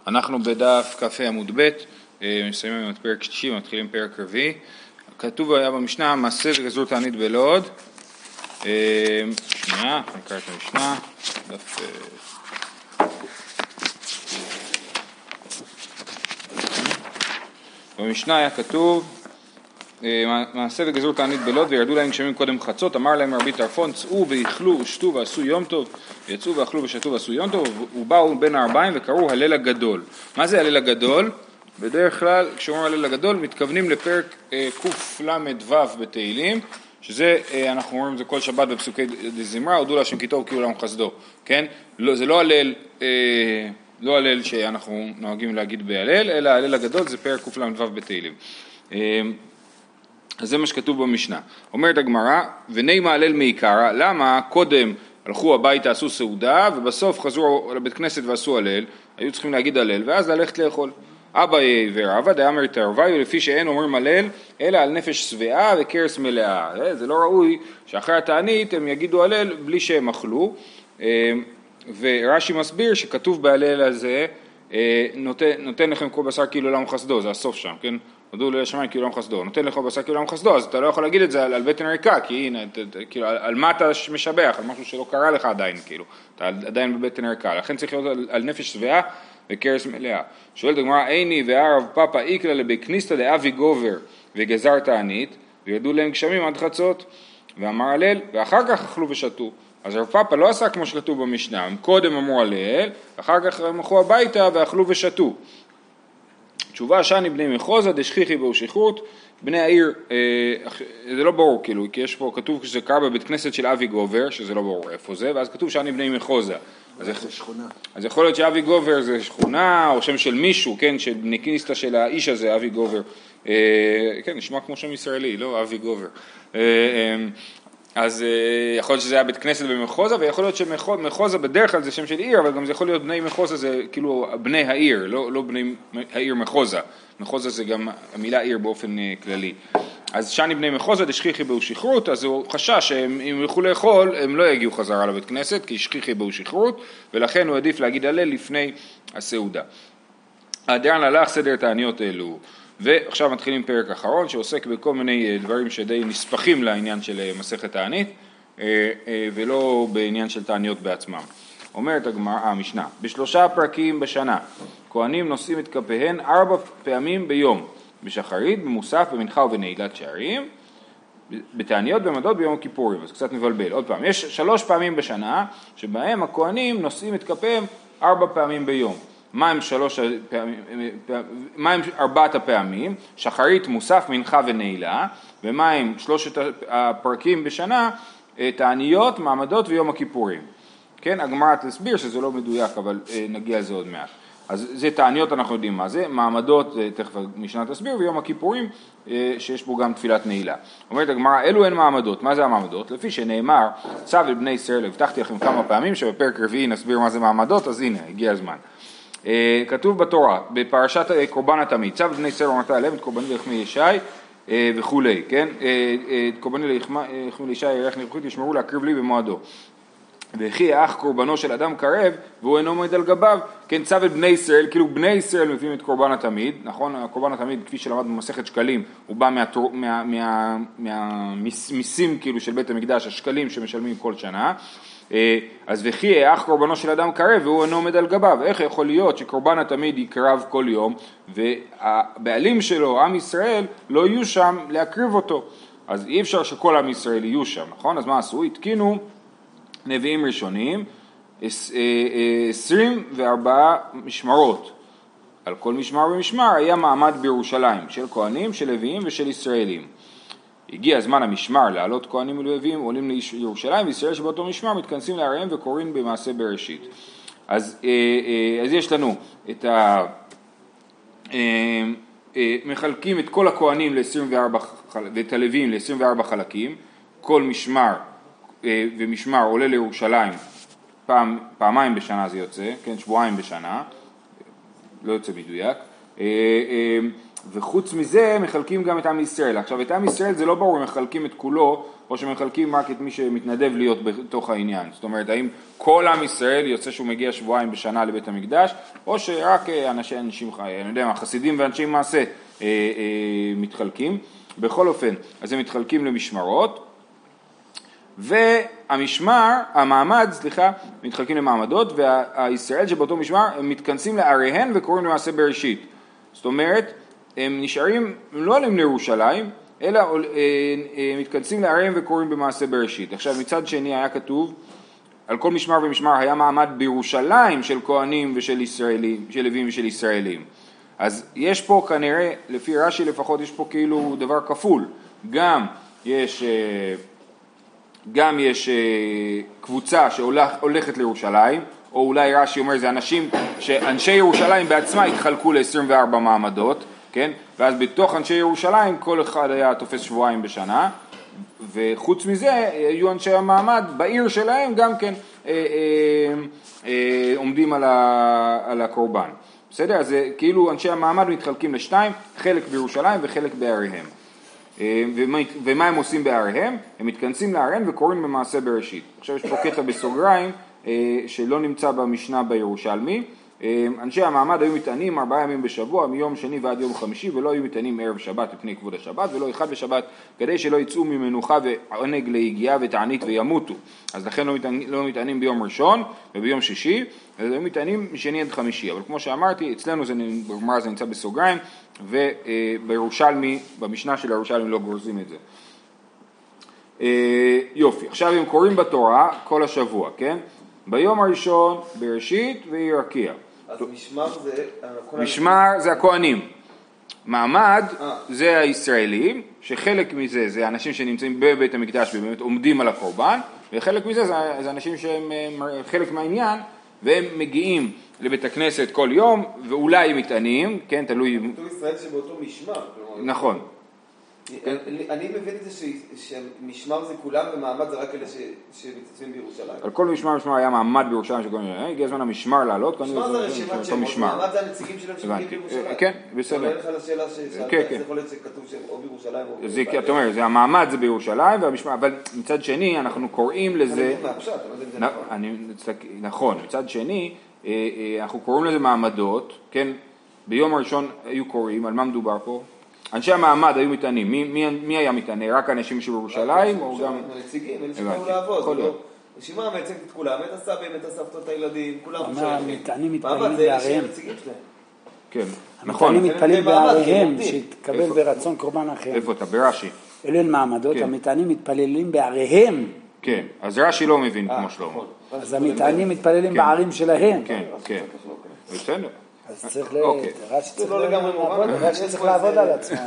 אנחנו בדף קפה עמוד ב', מסיימים את פרק 60, מתחילים פרק רביעי. כתוב היה במשנה, מעשה וגזור תענית בלוד. שנייה, נקרא את המשנה. במשנה היה כתוב, מעשה וגזור תענית בלוד, וירדו להם גשמים קודם חצות, אמר להם רבי טרפון, צאו ואכלו ושתו ועשו יום טוב, ויצאו ואכלו ושתו ועשו יום טוב, ובאו בין הארבעים וקראו הלל הגדול. מה זה הלל הגדול? בדרך כלל כשאומרים הלל הגדול מתכוונים לפרק קל"ו בתהילים, שזה אנחנו אומרים זה כל שבת בפסוקי דזמרה, הודו להשם כי טוב כי עולם חסדו, כן? זה לא הלל שאנחנו נוהגים להגיד בהלל, אלא הלל הגדול זה פרק קל"ו בתהילים. אז זה מה שכתוב במשנה. אומרת הגמרא, ונימה הלל מעיקרא, למה קודם הלכו הביתה, עשו סעודה, ובסוף חזרו לבית כנסת ועשו הלל, היו צריכים להגיד הלל, ואז ללכת לאכול. אביי ורבא דאמר תערוויו, לפי שאין אומרים הלל, אלא על נפש שבעה וכרס מלאה. זה לא ראוי שאחרי התענית הם יגידו הלל בלי שהם אכלו, ורש"י מסביר שכתוב בהלל הזה, נותן לכם כל בשר כאילו עולם חסדו, זה הסוף שם, כן? הודו לשמיים כאילו עולם חסדו, נותן לך בשר כאילו עולם חסדו, אז אתה לא יכול להגיד את זה על בטן ריקה, כי הנה, כאילו, על מה אתה משבח, על משהו שלא קרה לך עדיין, כאילו, אתה עדיין בבטן ריקה, לכן צריך להיות על נפש שבעה וכרס מלאה. שואלת הגמרא, איני והרב פאפה איקלה לבקניסתא דאבי גובר וגזר תענית, וירדו להם גשמים עד חצות, ואמר הלל, ואחר כך אכלו ושתו. אז הרב פאפה לא עשה כמו שכתוב במשנה, הם קודם אמרו הלל, אחר כך הם הלכו הביתה ואכלו ושתו. תשובה שאני בני מחוזה דשכיחי בו שכרות, בני העיר, זה לא ברור כאילו, כי יש פה, כתוב שזה קרה בבית כנסת של אבי גובר, שזה לא ברור איפה זה, ואז כתוב שאני בני מחוזה. אז יכול להיות שאבי גובר זה שכונה, או שם של מישהו, כן, שבני כניסתא של האיש הזה, אבי גובר, כן, נשמע כמו שם ישראלי, לא אבי גובר. אז יכול להיות שזה היה בית כנסת במחוזה, ויכול להיות שמחוזה בדרך כלל זה שם של עיר, אבל גם זה יכול להיות בני מחוזה, זה כאילו בני העיר, לא בני העיר מחוזה. מחוזה זה גם המילה עיר באופן כללי. אז שאני בני מחוזה דשכיחי בו שכרות, אז הוא חשש שאם ילכו לאכול, הם לא יגיעו חזרה לבית כנסת, כי שכיחי בו שכרות, ולכן הוא עדיף להגיד הלל לפני הסעודה. הדרן הלך סדר תעניות אלו. ועכשיו מתחילים פרק אחרון שעוסק בכל מיני דברים שדי נספחים לעניין של מסכת תענית ולא בעניין של תעניות בעצמם. אומרת המשנה, בשלושה פרקים בשנה כהנים נושאים את כפיהן 4 פעמים ביום, בשחרית, במוסף, במנחה ובנעילת שערים, בתעניות במדות ביום הכיפורים, אז קצת מבלבל. עוד פעם, יש 3 פעמים בשנה שבהם הכהנים נושאים את כפיהם 4 פעמים ביום. מהם 4 הפעמים? שחרית, מוסף, מנחה ונעילה, ומהם 3 הפרקים בשנה? תעניות, מעמדות ויום הכיפורים. כן, הגמרא תסביר שזה לא מדויק, אבל נגיע לזה עוד מעט. אז זה תעניות, אנחנו יודעים מה זה, מעמדות, תכף המשנה תסביר, ויום הכיפורים, שיש בו גם תפילת נעילה. אומרת הגמרא, אלו הן מעמדות. מה זה המעמדות? לפי שנאמר, צו לבני ישראל, הבטחתי לכם כמה פעמים, שבפרק רביעי נסביר מה זה מעמדות, אז הנה, הגיע הזמן. כתוב בתורה, בפרשת קורבן התמיד, צו בני ישראל אמרת עליהם את קורבני לחמי ישי וכולי, כן? את קורבני לחמי ישי ירח נרחית ישמרו להקריב לי במועדו. וכי האח קורבנו של אדם קרב והוא אינו עומד על גביו, כן, צו את בני ישראל, כאילו בני ישראל מביאים את קורבן התמיד, נכון? הקורבן התמיד כפי שלמד במסכת שקלים, הוא בא מהמיסים כאילו של בית המקדש, השקלים שמשלמים כל שנה. אז וכי האח קורבנו של אדם קרב והוא אינו עומד על גביו, איך יכול להיות שקורבן התמיד יקרב כל יום והבעלים שלו, עם ישראל, לא יהיו שם להקריב אותו? אז אי אפשר שכל עם ישראל יהיו שם, נכון? אז מה עשו? התקינו נביאים ראשונים 24 משמרות, על כל משמר ומשמר היה מעמד בירושלים של כהנים, של לוויים ושל ישראלים. הגיע הזמן המשמר לעלות כהנים ולוויים, עולים לירושלים, וישראל שבאותו משמר מתכנסים לעריהם וקוראים במעשה בראשית. אז יש לנו את מחלקים את כל הכהנים ל-24 ואת הלוויים ל-24 חלקים, כל משמר ומשמר עולה לירושלים פעמיים בשנה זה יוצא, כן, שבועיים בשנה, לא יוצא מדויק. וחוץ מזה מחלקים גם את עם ישראל. עכשיו את עם ישראל זה לא ברור אם מחלקים את כולו או שמחלקים רק את מי שמתנדב להיות בתוך העניין. זאת אומרת האם כל עם ישראל יוצא שהוא מגיע שבועיים בשנה לבית המקדש או שרק אנשים אני יודע מה, חסידים ואנשי מעשה מתחלקים. בכל אופן אז הם מתחלקים למשמרות המעמד מתחלקים למעמדות והישראל שבאותו משמר הם מתכנסים לעריהן וקוראים למעשה בראשית. זאת אומרת הם נשארים, הם לא עולים לירושלים, אלא מתכנסים לעריהם וקוראים במעשה בראשית. עכשיו מצד שני היה כתוב, על כל משמר ומשמר היה מעמד בירושלים של כהנים ושל ישראלים, של לווים ושל ישראלים. אז יש פה כנראה, לפי רש"י לפחות, יש פה כאילו דבר כפול. גם יש קבוצה שהולכת לירושלים, או אולי רש"י אומר זה שאנשי ירושלים בעצמה התחלקו ל-24 מעמדות, כן? ואז בתוך אנשי ירושלים כל אחד היה תופס שבועיים בשנה, וחוץ מזה היו אנשי המעמד בעיר שלהם גם כן עומדים על הקורבן. בסדר? אז כאילו אנשי המעמד מתחלקים לשתיים, חלק בירושלים וחלק בעריהם. ומה הם עושים בעריהם? הם מתכנסים לעריהם וקוראים במעשה בראשית. עכשיו יש פה קטע בסוגריים שלא נמצא במשנה בירושלמי. אנשי המעמד היו מתענים 4 ימים בשבוע, מיום שני ועד יום חמישי, ולא היו מתענים ערב שבת מפני כבוד השבת, ולא אחד בשבת, כדי שלא יצאו ממנוחה ועונג ליגיעה ותענית וימותו. אז לכן לא מתענים ביום ראשון וביום שישי, אז היו מתענים משני עד חמישי. אבל כמו שאמרתי, אצלנו בגמרא זה נמצא בסוגריים, ובירושלמי, במשנה של הירושלמי לא גורזים את זה. יופי, עכשיו הם קוראים בתורה כל השבוע, כן? ביום הראשון בראשית וירקיע. אז משמר זה הכהנים. מעמד זה הישראלים, שחלק מזה זה אנשים שנמצאים בבית המקדש ובאמת עומדים על הקורבן, וחלק מזה זה אנשים שהם חלק מהעניין, והם מגיעים לבית הכנסת כל יום, ואולי מתענים, כן, תלוי... כתוב ישראל שבאותו משמר. נכון. אני מבין את זה שמשמר זה כולם ומעמד זה רק אלה שמתייצבים בירושלים. על כל משמר היה מעמד בירושלים הגיע הזמן המשמר לעלות. משמר זה רשימת שמות, מעמד זה הנציגים שלהם שמגיעים בירושלים. כן, בסדר. אני אומר לך לשאלה ששאלת, זה יכול להיות שכתוב שהם או בירושלים או בירושלים. אתה אומר, המעמד זה בירושלים, אבל מצד שני אנחנו קוראים לזה... נכון, מצד שני אנחנו קוראים לזה מעמדות, כן, ביום הראשון היו קוראים, על מה מדובר פה? אנשי המעמד היו מתענים, מי היה מתענה? רק אנשים שבירושלים או גם... הנציגים, אלה שבאו לעבוד. רשימה מייצגת את כולם, את הסבים, את הסבתות, את הילדים, כולם המתענים מתפללים בעריהם. כן, נכון. המתענים מתפללים בעריהם, שהתקבל ברצון קורבן אחר. איפה אתה? ברש"י. אלה הן מעמדות, המתענים מתפללים בעריהם. כן, אז רש"י לא מבין כמו שלמה. אז המתענים מתפללים בערים שלהם. כן, כן. בסדר. אז צריך רש"י לעבוד על עצמו.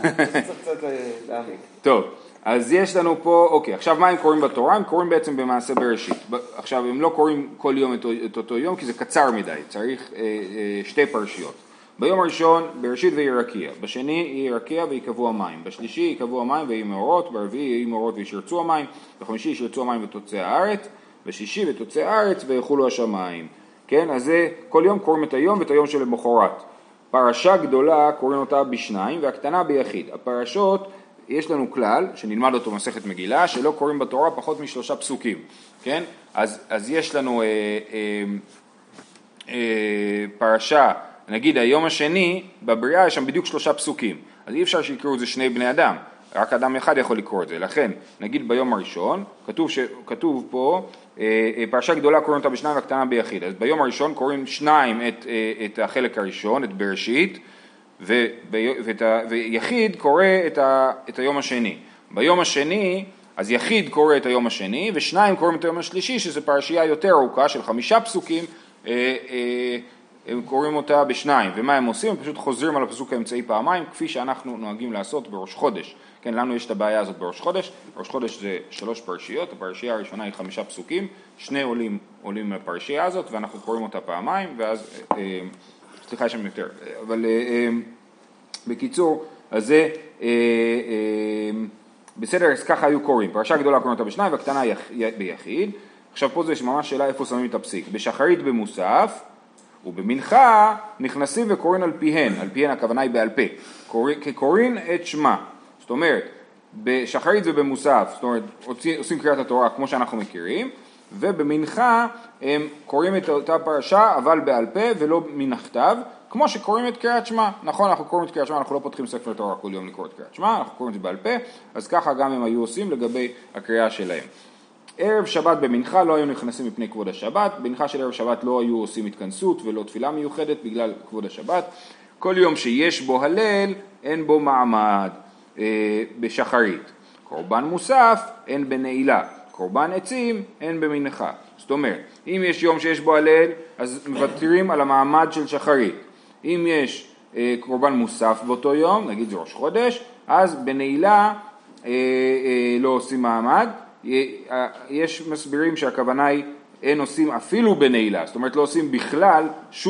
טוב, אז יש לנו פה, אוקיי, עכשיו מה הם קוראים בתורה? הם קוראים בעצם במעשה בראשית. עכשיו הם לא קוראים כל יום את אותו יום כי זה קצר מדי, צריך 2 פרשיות. ביום הראשון בראשית וירקיע, בשני ירקיע ויקבעו המים, בשלישי יקבעו המים ויהיו מאורות, ברביעי יהיו מאורות וישרצו המים, בחמישי ישרצו המים ותוצא הארץ, בשישי ותוצא הארץ ויחולו השמיים. כן, אז זה כל יום קוראים את היום ואת היום של למחרת. פרשה גדולה קוראים אותה בשניים והקטנה ביחיד. הפרשות, יש לנו כלל, שנלמד אותו מסכת מגילה, שלא קוראים בתורה פחות מ3 פסוקים. כן? אז יש לנו פרשה, נגיד היום השני, בבריאה יש שם בדיוק 3 פסוקים. אז אי אפשר שיקראו את זה 2 בני אדם. רק אדם אחד יכול לקרוא את זה. לכן, נגיד ביום הראשון, כתוב פה, פרשה גדולה קוראים אותה בשניים והקטנה ביחיד. אז ביום הראשון קוראים 2 את החלק הראשון, את בראשית, ויחיד קורא את היום השני. ביום השני, אז יחיד קורא את היום השני, ו2 קוראים את היום השלישי, שזה פרשייה יותר ארוכה של 5 פסוקים, הם קוראים אותה ב2. ומה הם עושים? הם פשוט חוזרים על הפסוק האמצעי פעמיים, כפי שאנחנו נוהגים לעשות בראש חודש. כן, לנו יש את הבעיה הזאת בראש חודש. ראש חודש זה 3 פרשיות, הפרשייה הראשונה היא 5 פסוקים, 2 עולים מהפרשייה הזאת, ואנחנו קוראים אותה פעמיים, ואז, סליחה, יש שם יותר, אבל בקיצור, אז זה, בסדר, אז ככה היו קוראים. פרשה גדולה קוראים אותה בשניים, והקטנה ביחיד. עכשיו פה זה ממש שאלה איפה שמים את הפסיק. בשחרית במוסף, ובמנחה נכנסים וקוראים על פיהן הכוונה היא בעל פה, כקוראים את שמה, זאת אומרת, בשחרית ובמוסף, זאת אומרת, עושים קריאת התורה כמו שאנחנו מכירים, ובמנחה הם קוראים את אותה פרשה אבל בעל פה ולא מן הכתב, כמו שקוראים את קריאת שמה. נכון, אנחנו קוראים את קריאת שמה, אנחנו לא פותחים ספר תורה כל יום לקרוא את קריאת שמה, אנחנו קוראים את זה בעל פה, אז ככה גם הם היו עושים לגבי הקריאה שלהם. ערב שבת במנחה לא היו נכנסים מפני כבוד השבת, במנחה של ערב שבת לא היו עושים התכנסות ולא תפילה מיוחדת בגלל כבוד השבת. כל יום שיש בו הלל אין בו מעמד בשחרית. קורבן מוסף אין בנעילה, קורבן עצים אין במנחה. זאת אומרת, אם יש יום שיש בו הלל אז מוותרים על המעמד של שחרית. אם יש קורבן מוסף באותו יום, נגיד זה ראש חודש, אז בנעילה לא עושים מעמד. יש מסבירים שהכוונה היא אין עושים אפילו בנעילה, זאת אומרת לא עושים בכלל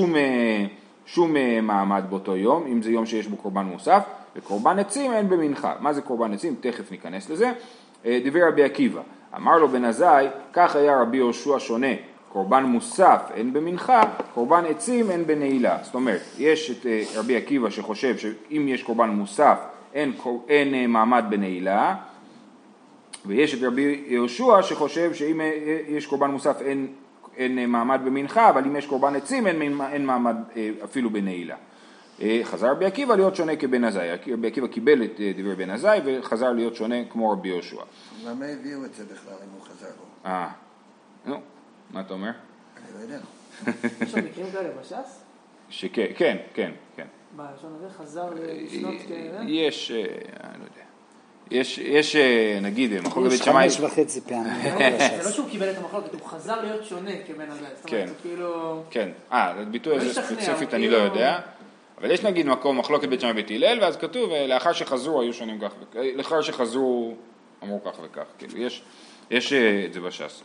שום מעמד באותו יום, אם זה יום שיש בו קורבן מוסף, וקורבן עצים אין במנחה. מה זה קורבן עצים? תכף ניכנס לזה. דבר רבי עקיבא, אמר לו בן עזאי, כך היה רבי יהושע שונה, קורבן מוסף אין במנחה, קורבן עצים אין בנעילה. זאת אומרת, יש את רבי עקיבא שחושב שאם יש קורבן מוסף אין מעמד בנעילה, ויש את רבי יהושע שחושב שאם יש קורבן מוסף אין מעמד במנחה, אבל אם יש קורבן עצים אין מעמד אפילו בנעילה. חזר רבי עקיבא להיות שונה כבן עזאי. רבי עקיבא קיבל את דבר בן עזאי וחזר להיות שונה כמו רבי יהושע. למה הביאו את זה בכלל אם הוא חזר בו? נו, מה אתה אומר? אני לא יודע. יש עוד מקרים כאלה בש"ס? שכן, כן, כן, כן. בלשון הזה חזר לשנות כאלה? יש, אני לא יודע. יש נגיד, מחלוקת בית שמאי. יש 5.5 פעמים. זה לא שהוא קיבל את המחלוקת, הוא חזר להיות שונה כבן עזאי. זאת אומרת, זה כאילו... כן, ביטוי הזה ספציפית אני לא יודע. אבל יש נגיד מקום מחלוקת בית שמאי בית הלל, ואז כתוב, לאחר שחזרו היו שונים כך וכך, לאחר שחזרו אמרו כך וכך, כאילו, יש את זה בש"ס.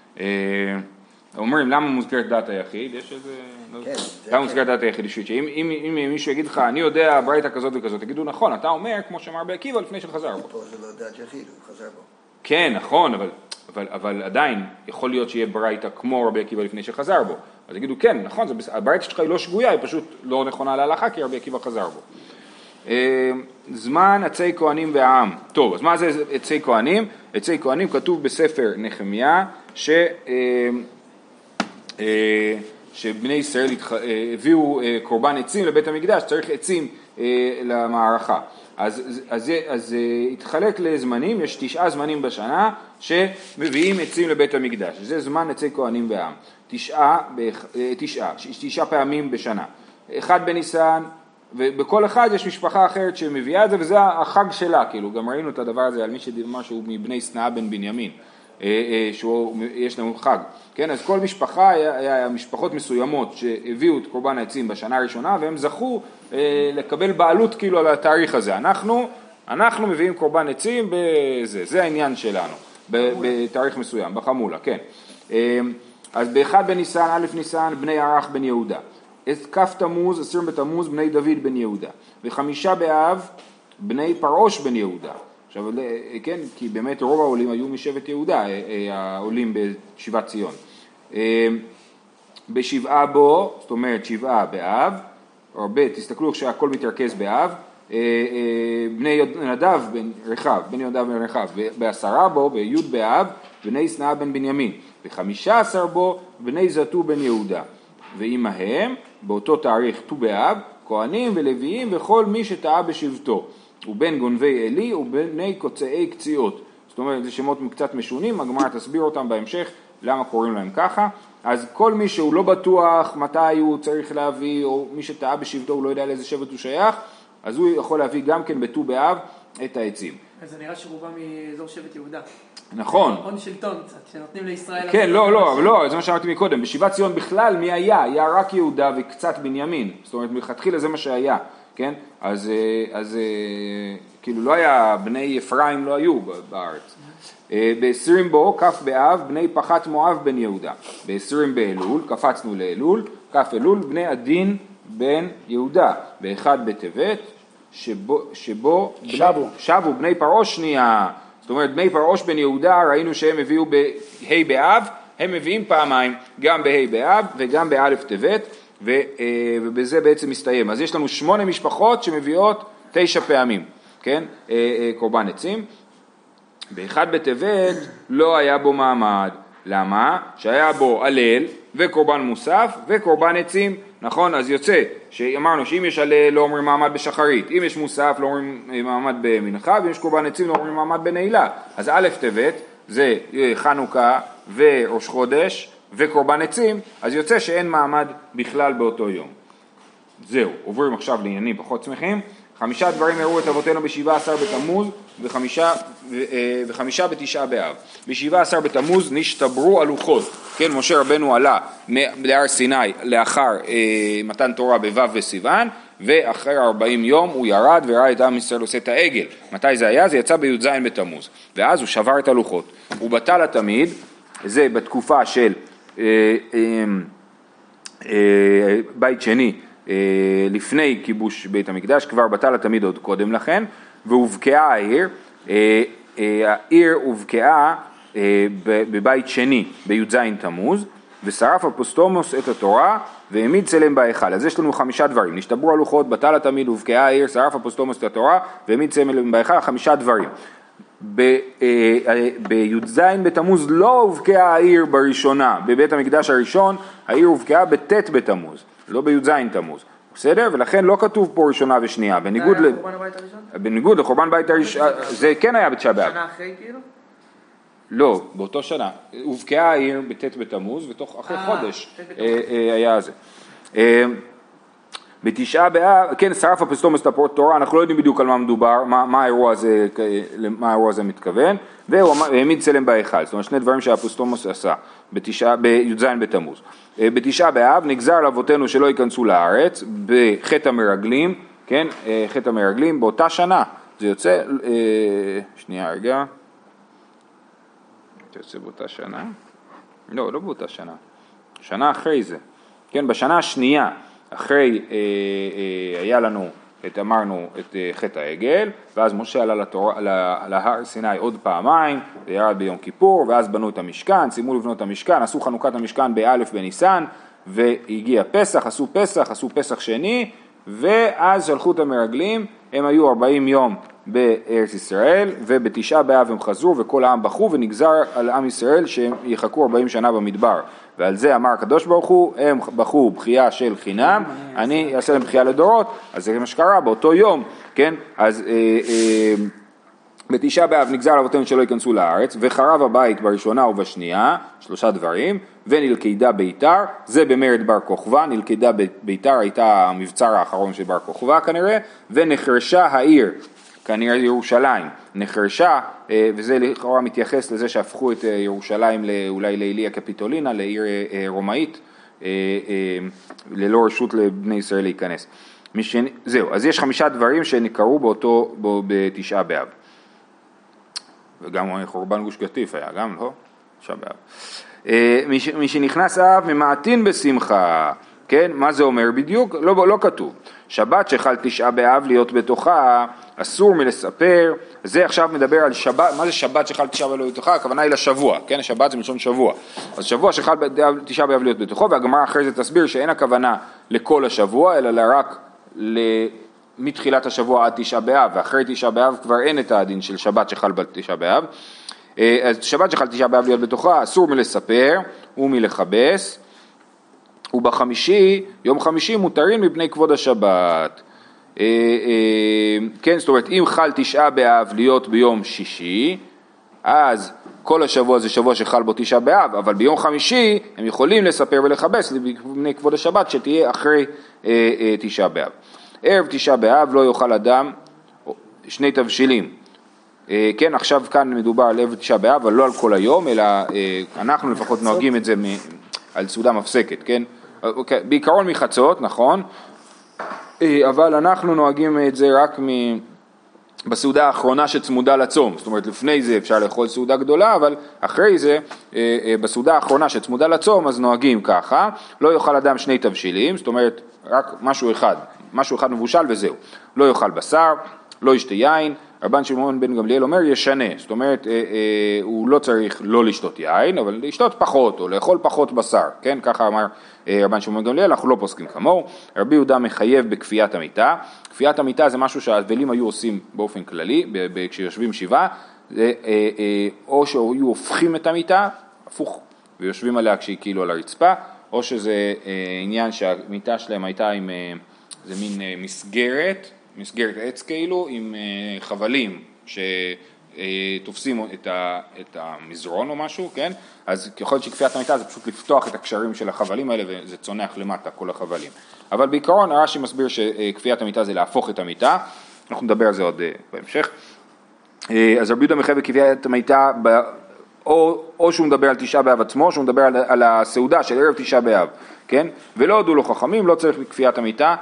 אומרים, למה מוזכרת דעת היחיד? יש איזה... למה מוזכרת דעת היחיד? שאם מישהו יגיד לך, אני יודע ברייתא כזאת וכזאת, תגידו, נכון, אתה אומר, כמו שאמר רבי עקיבא, לפני שחזר בו. פה זה לא דעת יחיד, הוא חזר בו. כן, נכון, אבל עדיין יכול להיות שיהיה ברייתא כמו רבי עקיבא לפני שחזר בו. אז תגידו, כן, נכון, הברייתא שלך היא לא שגויה, היא פשוט לא נכונה להלכה, כי רבי עקיבא חזר בו. זמן עצי כהנים והעם. טוב, אז מה זה עצי כהנים? עצי כהנים כתוב בספר נחמיה, שבני ישראל הביאו קורבן עצים לבית המקדש, צריך עצים למערכה. אז התחלק לזמנים, יש 9 זמנים בשנה שמביאים עצים לבית המקדש. זה זמן עצי כהנים והעם. 9 פעמים בשנה. 1 בניסן, ובכל אחד יש משפחה אחרת שמביאה את זה, וזה החג שלה, כאילו, גם ראינו את הדבר הזה על מי שדיבר משהו מבני שנאה בן בנימין. שיש לנו חג, כן? אז כל משפחה היה משפחות מסוימות שהביאו את קורבן העצים בשנה הראשונה והם זכו לקבל בעלות כאילו על התאריך הזה. אנחנו מביאים קורבן עצים זה העניין שלנו, בתאריך מסוים, בחמולה, כן. אז באחד בניסן, א' ניסן, בני ערך בן יהודה. כ' תמוז, 20 בתמוז, בני דוד בן יהודה. ו5 באב, בני פרעוש בן יהודה. עכשיו, כן, כי באמת רוב העולים היו משבט יהודה, העולים בשבעת ציון. בשבעה בו, זאת אומרת 7 באב, או תסתכלו שהכל מתרכז באב, בני נדב בן רחב, בני נדב בן רחב, ב10 בו, בי' באב, בני שנאה בן בנימין, ב15 בו, בני זתו בן יהודה, ועמהם, באותו תאריך ט"ו באב, כהנים ולוויים וכל מי שטעה בשבטו. ובין גונבי אלי ובני קוצאי קציעות. זאת אומרת, זה שמות קצת משונים, הגמרא תסביר אותם בהמשך, למה קוראים להם ככה. אז כל מי שהוא לא בטוח מתי הוא צריך להביא, או מי שטעה בשבטו, הוא לא יודע לאיזה שבט הוא שייך, אז הוא יכול להביא גם כן בט"ו באב את העצים. אז זה נראה שרובם מאזור שבט יהודה. נכון. הון שלטון קצת, שנותנים לישראל... כן, לא, זה מה שאמרתי מקודם. בשבעת ציון בכלל מי היה? היה רק יהודה וקצת בנימין. זאת אומרת, מלכתחילה זה מה שהיה. כן? אז כאילו לא היה, בני אפרים לא היו בארץ. ב-20 בו, כ' באב, בני פחת מואב בן יהודה. ב-20 באלול, קפצנו לאלול, כ' אלול, בני עדין בן יהודה. ב-1 בטבת, שבו בני פרעוש שנייה. זאת אומרת, בני פרעוש בן יהודה, ראינו שהם הביאו בה' באב, הם מביאים פעמיים, גם בה' באב וגם באלף טבת. ובזה בעצם מסתיים. אז יש לנו 8 משפחות שמביאות 9 פעמים, כן? קורבן עצים. באחד בטבת לא היה בו מעמד. למה? שהיה בו הלל וקורבן מוסף וקורבן עצים, נכון? אז יוצא שאמרנו שאם יש הלל לא אומרים מעמד בשחרית, אם יש מוסף לא אומרים מעמד במנחה, ואם יש קורבן עצים לא אומרים מעמד בנעילה. אז א' טבת זה חנוכה וראש חודש וקורבן עצים, אז יוצא שאין מעמד בכלל באותו יום. זהו, עוברים עכשיו לעניינים פחות שמחים. 5 דברים הראו את אבותינו ב-17 בתמוז ו5 בתשעה באב. ב-17 בתמוז נשתברו הלוחות, כן, משה רבנו עלה להר סיני לאחר מתן תורה בו' בסיוון, ואחרי 40 יום הוא ירד וראה את עם ישראל עושה את העגל. מתי זה היה? זה יצא בי"ז בתמוז, ואז הוא שבר את הלוחות. הוא בטל התמיד, זה בתקופה של בית שני, לפני כיבוש בית המקדש, כבר בטל התמיד עוד קודם לכן, והובקעה העיר, העיר הובקעה בבית שני בי"ז תמוז, ושרף אפוסטומוס את התורה והעמיד צלם בהיכל. אז יש לנו 5 דברים: נשתברו הלוחות, בטל התמיד, הובקעה העיר, שרף אפוסטומוס את התורה והעמיד צלם בהיכל. 5 דברים. בי"ז בתמוז לא הובקעה העיר בראשונה, בבית המקדש הראשון העיר הובקעה בט' בתמוז, לא בי"ז תמוז, בסדר? ולכן לא כתוב פה ראשונה ושנייה, בניגוד לחורבן בית הראשון, זה כן היה בתשעה באב. שנה אחרי כאילו? לא, באותו שנה, הובקעה העיר בט' בתמוז, ותוך אחרי חודש היה זה. בתשעה באב, כן, שרף אפוסטומוס את התורה, אנחנו לא יודעים בדיוק על מה מדובר, מה האירוע הזה מתכוון, והוא העמיד צלם בהיכל. זאת אומרת, 2 דברים שהאפוסטומוס עשה בי"ז בתמוז. בתשעה באב נגזר על אבותינו שלא ייכנסו לארץ בחטא המרגלים, כן, חטא המרגלים באותה שנה. זה יוצא, שנייה רגע, זה יוצא באותה שנה? לא באותה שנה, שנה אחרי זה, כן, בשנה השנייה. אחרי היה לנו, אמרנו, את חטא העגל, ואז משה עלה להר סיני עוד פעמיים, וירד ביום כיפור, ואז בנו את המשכן, סיימו לבנות את המשכן, עשו חנוכת המשכן באלף בניסן, והגיע פסח, עשו פסח שני, ואז שלחו את המרגלים, הם היו 40 יום בארץ ישראל, ובתשעה באב הם חזרו, וכל העם בחו, ונגזר על עם ישראל שהם יחכו 40 שנה במדבר. ועל זה אמר הקדוש ברוך הוא, הם בחו בחייה של חינם, אני אעשה להם בחייה לדורות. אז זה מה שקרה באותו יום, כן? אז בתשעה באב נגזר על אבותינו שלא ייכנסו לארץ, וחרב הבית בראשונה ובשנייה, 3 דברים, ונלכדה ביתר, זה במרד בר כוכבא, נלכדה ביתר הייתה המבצר האחרון של בר כוכבא כנראה, ונחרשה העיר, כנראה ירושלים, נחרשה, וזה לכאורה מתייחס לזה שהפכו את ירושלים אולי לאיליה קפיטולינה, לעיר רומאית, ללא רשות לבני ישראל להיכנס. זהו, אז יש 5 דברים שנקראו בתשעה באב. וגם חורבן גוש קטיף היה, גם לא? תשעה באב. מי שנכנס אב ממעטין בשמחה, כן? מה זה אומר בדיוק? לא כתוב. שבת שחל תשעה באב להיות בתוכה, אסור מלספר. זה עכשיו מדבר על שבת, מה זה שבת שחל תשעה באב להיות בתוכה? הכוונה היא לשבוע, כן? שבת זה מלשון שבוע. אז שבוע שחל תשעה באב להיות בתוכו, והגמרא אחרי זה תסביר שאין הכוונה לכל השבוע, אלא רק מתחילת השבוע עד תשעה באב, ואחרי תשעה באב כבר אין את הדין של שבת שחל בתשעה באב. אז שבת שחל תשעה באב להיות בתוכה, אסור מלספר ומלכבס, ובחמישי, יום חמישי מותרים מפני כבוד השבת. כן, זאת אומרת, אם חל תשעה באב להיות ביום שישי, אז כל השבוע זה שבוע שחל בו תשעה באב, אבל ביום חמישי הם יכולים לספר ולכבס מפני כבוד השבת שתהיה אחרי תשעה באב. ערב תשעה באב לא יאכל אדם 2 תבשילים. כן, עכשיו כאן מדובר על ערב תשעה באב, אבל לא על כל היום, אלא אנחנו לפחות נוהגים את זה על סעודה מפסקת, כן? בעיקרון מחצות, נכון? אבל אנחנו נוהגים את זה רק בסעודה האחרונה שצמודה לצום. זאת אומרת, לפני זה אפשר לאכול סעודה גדולה, אבל אחרי זה, בסעודה האחרונה שצמודה לצום, אז נוהגים ככה. לא יאכל אדם 2 תבשילים, זאת אומרת, רק משהו אחד מבושל וזהו. לא יאכל בשר, לא ישתה יין, רבן שמעון בן גמליאל אומר ישנה, זאת אומרת הוא לא צריך לא לשתות יין, אבל לשתות פחות או לאכול פחות בשר, כן? ככה אמר רבן שמעון בן גמליאל, אנחנו לא פוסקים כמוהו. רבי יהודה מחייב בכפיית המיטה, כפיית המיטה זה משהו שהאבלים היו עושים באופן כללי, כשיושבים שבעה, או שהיו הופכים את המיטה, הפוך, ויושבים עליה כשהיא כאילו על הרצפה, או שזה עניין שהמיטה שלהם הייתה עם, זה מין מסגרת עץ כאילו, עם חבלים שתופסים את המזרון או משהו, כן? אז ככל שכפיית המיטה זה פשוט לפתוח את הקשרים של החבלים האלה וזה צונח למטה כל החבלים. אבל בעיקרון הרש"י מסביר שכפיית המיטה זה להפוך את המיטה, אנחנו נדבר על זה עוד בהמשך. אז רבי יהודה מחייב בכפיית המיטה או שהוא מדבר על תשעה באב עצמו, שהוא מדבר על הסעודה של ערב תשעה באב, כן? ולא הודו לו חכמים, לא צריך בכפיית המיטה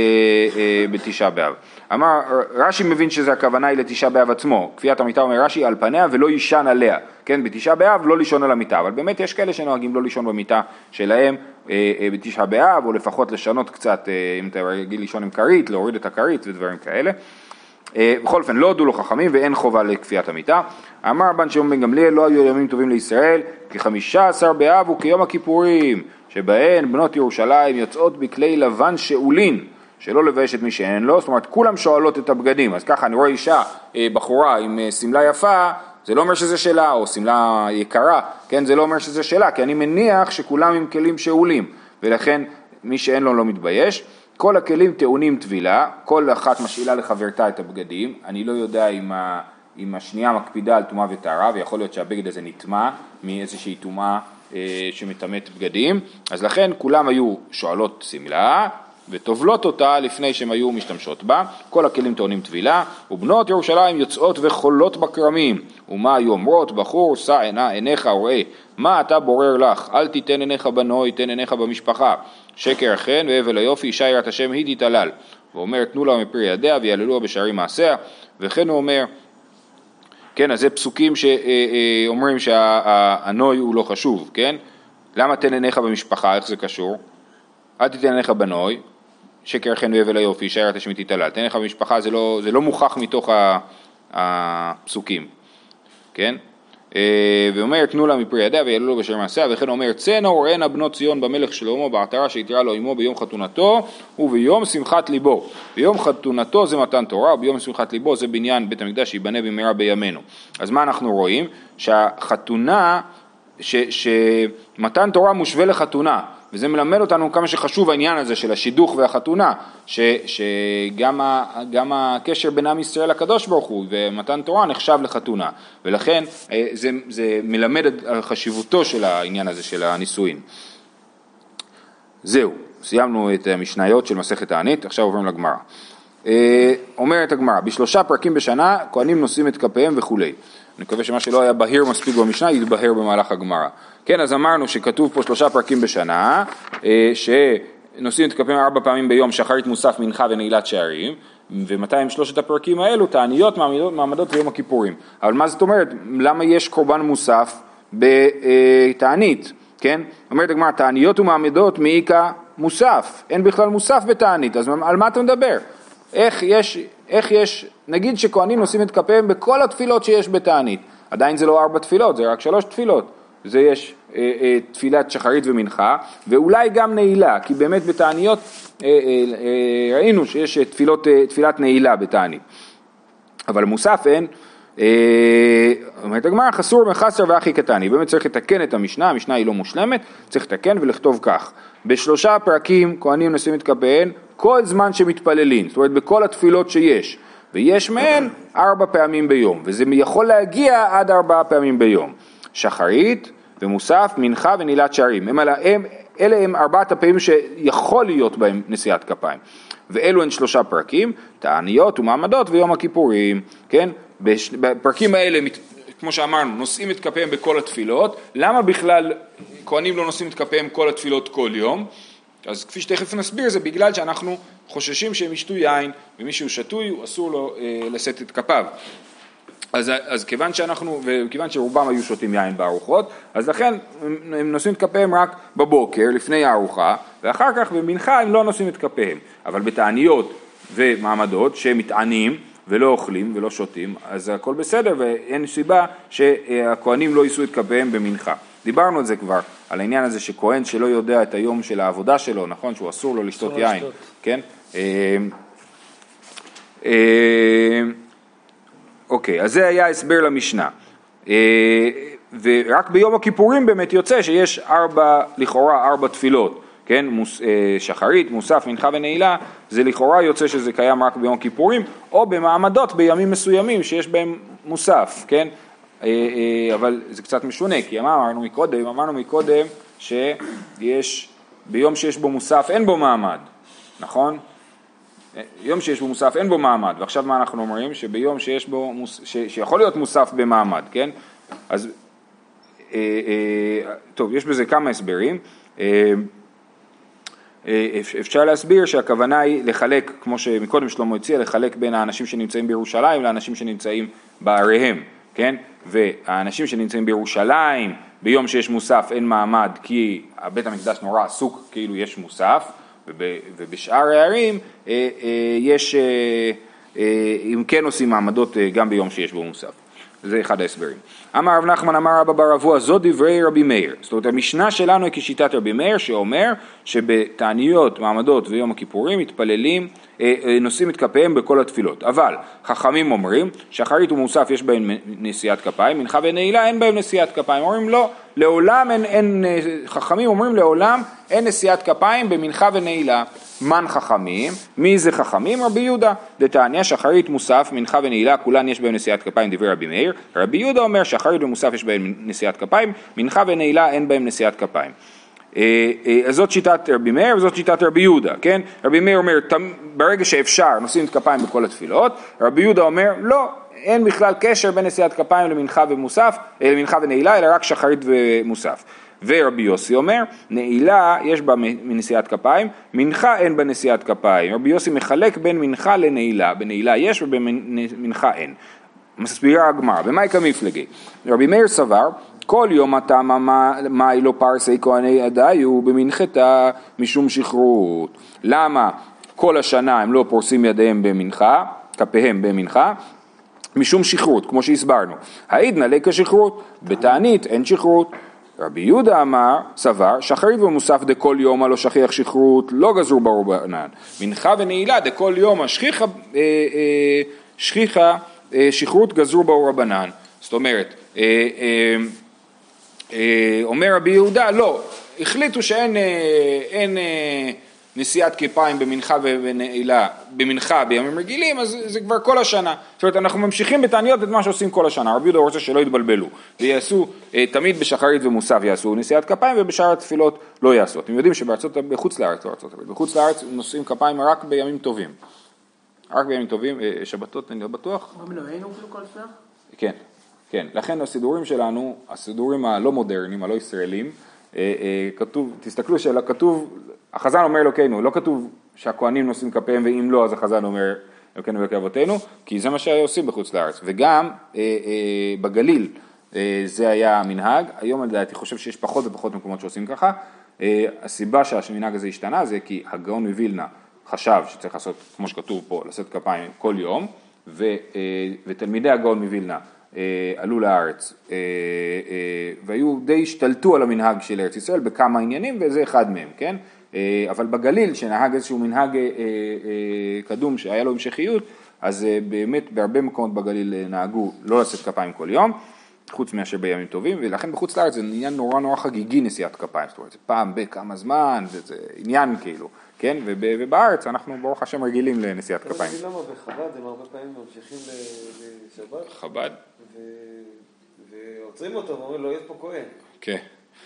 בתשעה באב. אמר, רש"י מבין שזה הכוונה היא לתשעה באב עצמו, כפיית המיטה אומר רש"י על פניה ולא יישן עליה, כן? בתשעה באב לא לישון על המיטה, אבל באמת יש כאלה שנוהגים לא לישון במיטה שלהם בתשעה באב, או לפחות לשנות קצת, אם אתה רגיל לישון עם כרית, להוריד את הכרית ודברים כאלה. בכל אופן, לא הודו לו חכמים ואין חובה לכפיית המיטה. אמר רבן שמעון בן גמליאל, לא היו ימים טובים לישראל, כ15 באב וכיום הכיפורים, שבהן בנות ירושלים יוצאות בכלי לבן שאולין, שלא לבייש את מי שאין לו, זאת אומרת, כולם שואלות את הבגדים, אז ככה אני רואה אישה, בחורה עם סמלה יפה, זה לא אומר שזה שלה, או סמלה יקרה, כן, זה לא אומר שזה שלה, כי אני מניח שכולם עם כלים שאולים, ולכן מי שאין לו לא מתבייש. כל הכלים טעונים טבילה, כל אחת משאילה לחברתה את הבגדים, אני לא יודע אם השנייה מקפידה על טומאה וטהרה, ויכול להיות שהבגד הזה נטמע מאיזושהי טומאה שמטמאת בגדים, אז לכן כולם היו שואלות סמלה וטובלות אותה לפני שהם היו משתמשות בה, כל הכלים טעונים טבילה, ובנות ירושלים יוצאות וחולות בכרמים, ומה היו אומרות? בחור שא עיניך וראה, מה אתה בורר לך? אל תיתן עיניך בנוי, תן עיניך במשפחה. שקר החן והבל היופי, אישה יראת השם היא תתהלל. ואומר תנו לה מפרי ידיה ויעללוה בשערים מעשיה. וכן הוא אומר, כן, אז זה פסוקים שאומרים שהנוי הוא לא חשוב, כן? למה תן עיניך במשפחה, איך זה קשור? אל תיתן עיניך בנוי, שקר החן והבל היופי, אישה יראת השם היא תתהלל. תן עיניך במשפחה זה לא מוכח מתוך הפסוקים, כן? ואומר תנו לה מפרי ידיה ויעללוה בשערים מעשיה, וכן אומר צאנה וראינה בנות ציון במלך שלמה בעטרה שהתירה לו עמו ביום חתונתו וביום שמחת ליבו. ביום חתונתו זה מתן תורה, וביום שמחת ליבו זה בניין בית המקדש שיבנה במהרה בימינו. אז מה אנחנו רואים? שהחתונה, שמתן תורה מושווה לחתונה, וזה מלמד אותנו כמה שחשוב העניין הזה של השידוך והחתונה, שגם הקשר בין עם ישראל לקדוש ברוך הוא ומתן תורה נחשב לחתונה, ולכן זה מלמד על חשיבותו של העניין הזה של הנישואין. זהו, סיימנו את המשניות של מסכת תענית, עכשיו עוברים לגמרא. אומרת הגמרא, ב3 פרקים בשנה כהנים נושאים את כפיהם וכו'. אני מקווה שמה שלא היה בהיר מספיק במשנה יתבהר במהלך הגמרא. כן, אז אמרנו שכתוב פה 3 פרקים בשנה, שנושאים את כפיהם 4 פעמים ביום, שחרית מוסף מנחה ונעילת שערים, ומתי הם 3 הפרקים האלו? תעניות, מעמדות ויום הכיפורים. אבל מה זאת אומרת? למה יש קורבן מוסף בתענית? כן? אומרת הגמרא, תעניות ומעמדות מעיקה מוסף. אין בכלל מוסף בתענית, אז על מה אתה מדבר? איך יש, נגיד שכהנים נושאים את כפיהם בכל התפילות שיש בתענית, עדיין זה לא 4 תפילות, זה רק 3 תפילות, זה יש תפילת שחרית ומנחה, ואולי גם נעילה, כי באמת בתעניות ראינו שיש תפילת נעילה בתענית, אבל מוסף אין. אומרת הגמרא, חסור מחסר ואחי קטני, באמת צריך לתקן את המשנה, המשנה היא לא מושלמת, צריך לתקן ולכתוב כך, ב3 פרקים כהנים נושאים את כפיהם כל זמן שמתפללים, זאת אומרת בכל התפילות שיש, ויש מהן 4 פעמים ביום, וזה יכול להגיע עד 4 פעמים ביום, שחרית ומוסף, מנחה ונעילת שערים, אלה הם 4 הפעמים שיכול להיות בהם נשיאת כפיים, ואלו הן 3 פרקים, תעניות ומעמדות ויום הכיפורים, כן? בפרקים האלה, כמו שאמרנו, נושאים את כפיהם בכל התפילות, למה בכלל כהנים לא נושאים את כפיהם כל התפילות כל יום? אז כפי שתכף נסביר, זה בגלל שאנחנו חוששים שהם ישתו יין, ומישהו שתוי, אסור לו לשאת את כפיו. אז כיוון שרובם היו שותים יין בארוחות, אז לכן הם נושאים את כפיהם רק בבוקר, לפני הארוחה, ואחר כך במנחה הם לא נושאים את כפיהם. אבל בתעניות ומעמדות שמתענים, ולא אוכלים ולא שותים, אז הכל בסדר ואין סיבה שהכהנים לא יישאו את כפיהם במנחה. דיברנו על זה כבר, על העניין הזה שכהן שלא יודע את היום של העבודה שלו, נכון, שהוא אסור לו לשתות יין, כן? אוקיי, אז זה היה הסבר למשנה. ורק ביום הכיפורים באמת יוצא שיש לכאורה 4 תפילות, כן? שחרית, מוסף, מנחה ונעילה, זה לכאורה יוצא שזה קיים רק ביום הכיפורים, או במעמדות בימים מסוימים שיש בהם מוסף, כן? אבל זה קצת משונה, כי אמרנו מקודם שיש, ביום שיש בו מוסף אין בו מעמד, נכון? יום שיש בו מוסף אין בו מעמד, ועכשיו מה אנחנו אומרים? שביום שיש בו, שיכול להיות מוסף במעמד, כן? אז, טוב, יש בזה כמה הסברים. אפשר להסביר שהכוונה היא לחלק, כמו שמקודם שלמה הציע, לחלק בין האנשים שנמצאים בירושלים לאנשים שנמצאים בעריהם, כן? והאנשים שנמצאים בירושלים, ביום שיש מוסף אין מעמד, כי בית המקדש נורא עסוק כאילו יש מוסף, ובשאר הערים יש, אם כן עושים מעמדות גם ביום שיש בו מוסף. זה אחד ההסברים. אמר רב נחמן אמר רבא בר אבוה, זו דברי רבי מאיר. זאת אומרת, המשנה שלנו היא כשיטת רבי מאיר, שאומר שבתעניות, מעמדות ויום הכיפורים מתפללים, נושאים את כפיהם בכל התפילות. אבל חכמים אומרים, שחרית ומוסף יש בהם נשיאת כפיים, מנחה ונעילה אין בהם נשיאת כפיים. אומרים לא, לעולם אין, חכמים אומרים לעולם אין נשיאת כפיים במנחה ונעילה. מן חכמים, מי זה חכמים? רבי יהודה, דתניא שחרית מוסף, מנחה ונעילה, כולן יש בהם נשיאת כפיים, דברי רבי מאיר. רבי יהודה אומר שחרית ומוסף יש בהם נשיאת כפיים, מנחה ונעילה אין בהם נשיאת כפיים. אז זאת שיטת רבי מאיר וזאת שיטת רבי יהודה, כן? רבי מאיר אומר, ברגע שאפשר נושאים את כפיים בכל התפילות, רבי יהודה אומר, לא, אין בכלל קשר בין נשיאת כפיים למנחה ומוסף, למנחה ונעילה, אלא רק שחרית ומוסף. ורבי יוסי אומר, נעילה יש בה מנשיאת כפיים, מנחה אין בה נשיאת כפיים. רבי יוסי מחלק בין מנחה לנעילה, בנעילה יש ובמנחה אין. מסבירה הגמרא, במאי כמפלגי. רבי מאיר סבר, כל יום התמה מאי לא פרסי כהני ידיו במנחתה משום שכרות. למה כל השנה הם לא פורסים ידיהם במנחה, כפיהם במנחה? משום שכרות, כמו שהסברנו. העידנא ליה כשכרות, בתענית אין שכרות. רבי יהודה אמר, סבר, שחרית ומוסף דכל יום הלא שכיח שכרות, לא גזרו ברבנן. מנחה ונעילה דכל יום שכיחה שכרות גזרו ברבנן. זאת אומרת, אומר רבי יהודה, לא, החליטו שאין נשיאת כפיים במנחה ונעילה, במנחה בימים רגילים, אז זה כבר כל השנה. זאת אומרת, אנחנו ממשיכים בתעניות את מה שעושים כל השנה. רבי יהודה רוצה שלא יתבלבלו, ויעשו, תמיד בשחרית ומוסף יעשו נשיאת כפיים, ובשאר התפילות לא יעשו. אתם יודעים בחוץ לארץ, בחוץ לארץ נושאים כפיים רק בימים טובים. רק בימים טובים, שבתות, אני לא בטוח. אומרים לו, היינו אפילו כל ספר? כן. כן, לכן הסידורים שלנו, הסידורים הלא מודרניים, הלא ישראלים, כתוב, תסתכלו כתוב, החזן אומר אלוקינו, לא כתוב שהכהנים נושאים כפיהם, ואם לא, אז החזן אומר אלוקינו ואלוקי אבותינו, כי זה מה שעושים בחוץ לארץ. וגם בגליל זה היה המנהג, היום לדעתי חושב שיש פחות ופחות מקומות שעושים ככה, הסיבה שהמנהג הזה השתנה זה כי הגאון מווילנה חשב שצריך לעשות, כמו שכתוב פה, לשאת כפיים כל יום, ותלמידי הגאון מווילנה, עלו לארץ והיו די השתלטו על המנהג של ארץ ישראל בכמה עניינים וזה אחד מהם, כן? אבל בגליל שנהג איזשהו מנהג קדום שהיה לו המשכיות, אז באמת בהרבה מקומות בגליל נהגו לא לשאת כפיים כל יום, חוץ מאשר בימים טובים, ולכן בחוץ לארץ זה עניין נורא חגיגי נשיאת כפיים, זאת אומרת, זה פעם בכמה זמן, זה עניין כאילו, כן? ובארץ אנחנו ברוך השם רגילים לנשיאת כפיים. אני למה בחב"ד הם הרבה פעמים ממשיכים לשבת. חב"ד? ועוצרים אותו ואומרים לו, יש פה כהן. כן.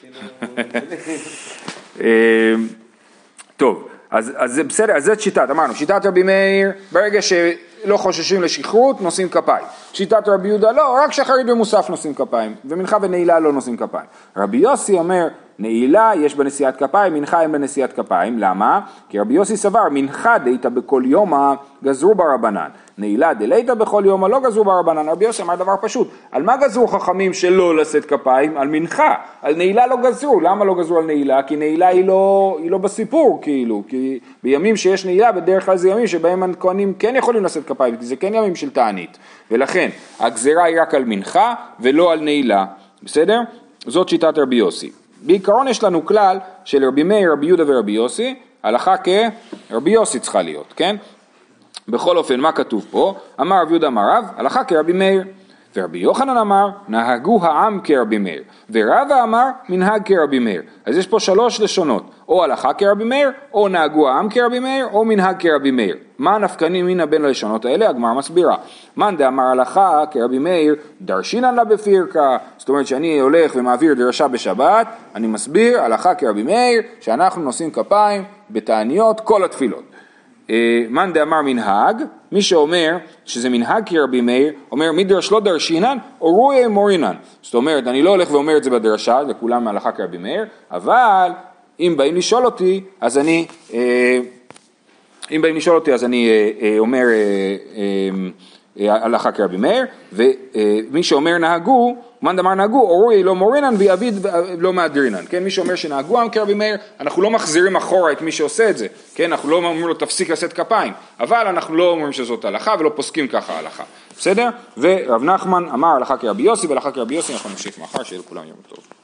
טוב, אז זה בסדר, אז זאת שיטת, אמרנו, שיטת רבי מאיר, ברגע שלא חוששים לשכרות, נושאים כפיים. שיטת רבי יהודה, לא, רק שחרית ומוסף נושאים כפיים, ומנחה ונעילה לא נושאים כפיים. רבי יוסי אומר, נעילה יש בנשיאת כפיים, מנחה אין בנשיאת כפיים, למה? כי רבי יוסי סבר, מנחה דאיתא בכל יומא גזרו ברבנן, נעילה דלייתא בכל יומא לא גזרו ברבנן. רבי יוסי אמר דבר פשוט, על מה גזרו חכמים שלא לשאת כפיים? על מנחה, על נעילה לא גזרו. למה לא גזרו על נעילה? כי נעילה היא לא בסיפור, כאילו, כי בימים שיש נעילה בדרך כלל זה ימים שבהם הכהנים כן יכולים לשאת כפיים, כי זה כן ימים של תענית, ולכן הגזרה היא רק על מנחה ולא על נעילה, בסדר? זאת שיטת רבי יוסי. בעיקרון יש לנו כלל של רבי מאיר, רבי יהודה ורבי יוסי, הלכה כרבי יוסי צריכה להיות, כן? בכל אופן, מה כתוב פה? אמר רבי יהודה אמר רב, הלכה כרבי מאיר. ורבי יוחנן אמר, נהגו העם כרבי מאיר. ורבא אמר, מנהג כרבי מאיר. אז יש פה 3 לשונות, או הלכה כרבי מאיר, או נהגו העם כרבי מאיר, או מנהג כרבי מאיר. מה נפקנים מן בין הלשונות האלה? הגמרא מסבירה. מאן דאמר הלכה כרבי מאיר, דרשינן לה בפירקה. זאת אומרת שאני הולך ומעביר דרשה בשבת, אני מסביר הלכה כרבי מאיר, שאנחנו נושאים כפיים בתעניות כל התפילות. מאן דאמר מנהג, מי שאומר שזה מנהג כרבי מאיר, אומר מדרש לא דרשינן או רואי מורינן. זאת אומרת, אני לא הולך ואומר את זה בדרשה, לכולם מהלכה כרבי מאיר, אבל אם באים לשאול אותי, אז אני אומר הלכה כרבי מאיר, ומי שאומר נהגו, מאן דאמר נהגו, אורי לא מורינן ויעביד לא מהדרינן, כן? מי שאומר שנהגו עם כרבי מאיר, אנחנו לא מחזירים אחורה את מי שעושה את זה, כן? אנחנו לא אומרים לו תפסיק לשאת כפיים, אבל אנחנו לא אומרים שזאת הלכה ולא פוסקים ככה הלכה, בסדר? ורב נחמן אמר הלכה כרבי יוסי, והלכה כרבי יוסי אנחנו נמשיך מחר, שיהיה לכולם יום טוב.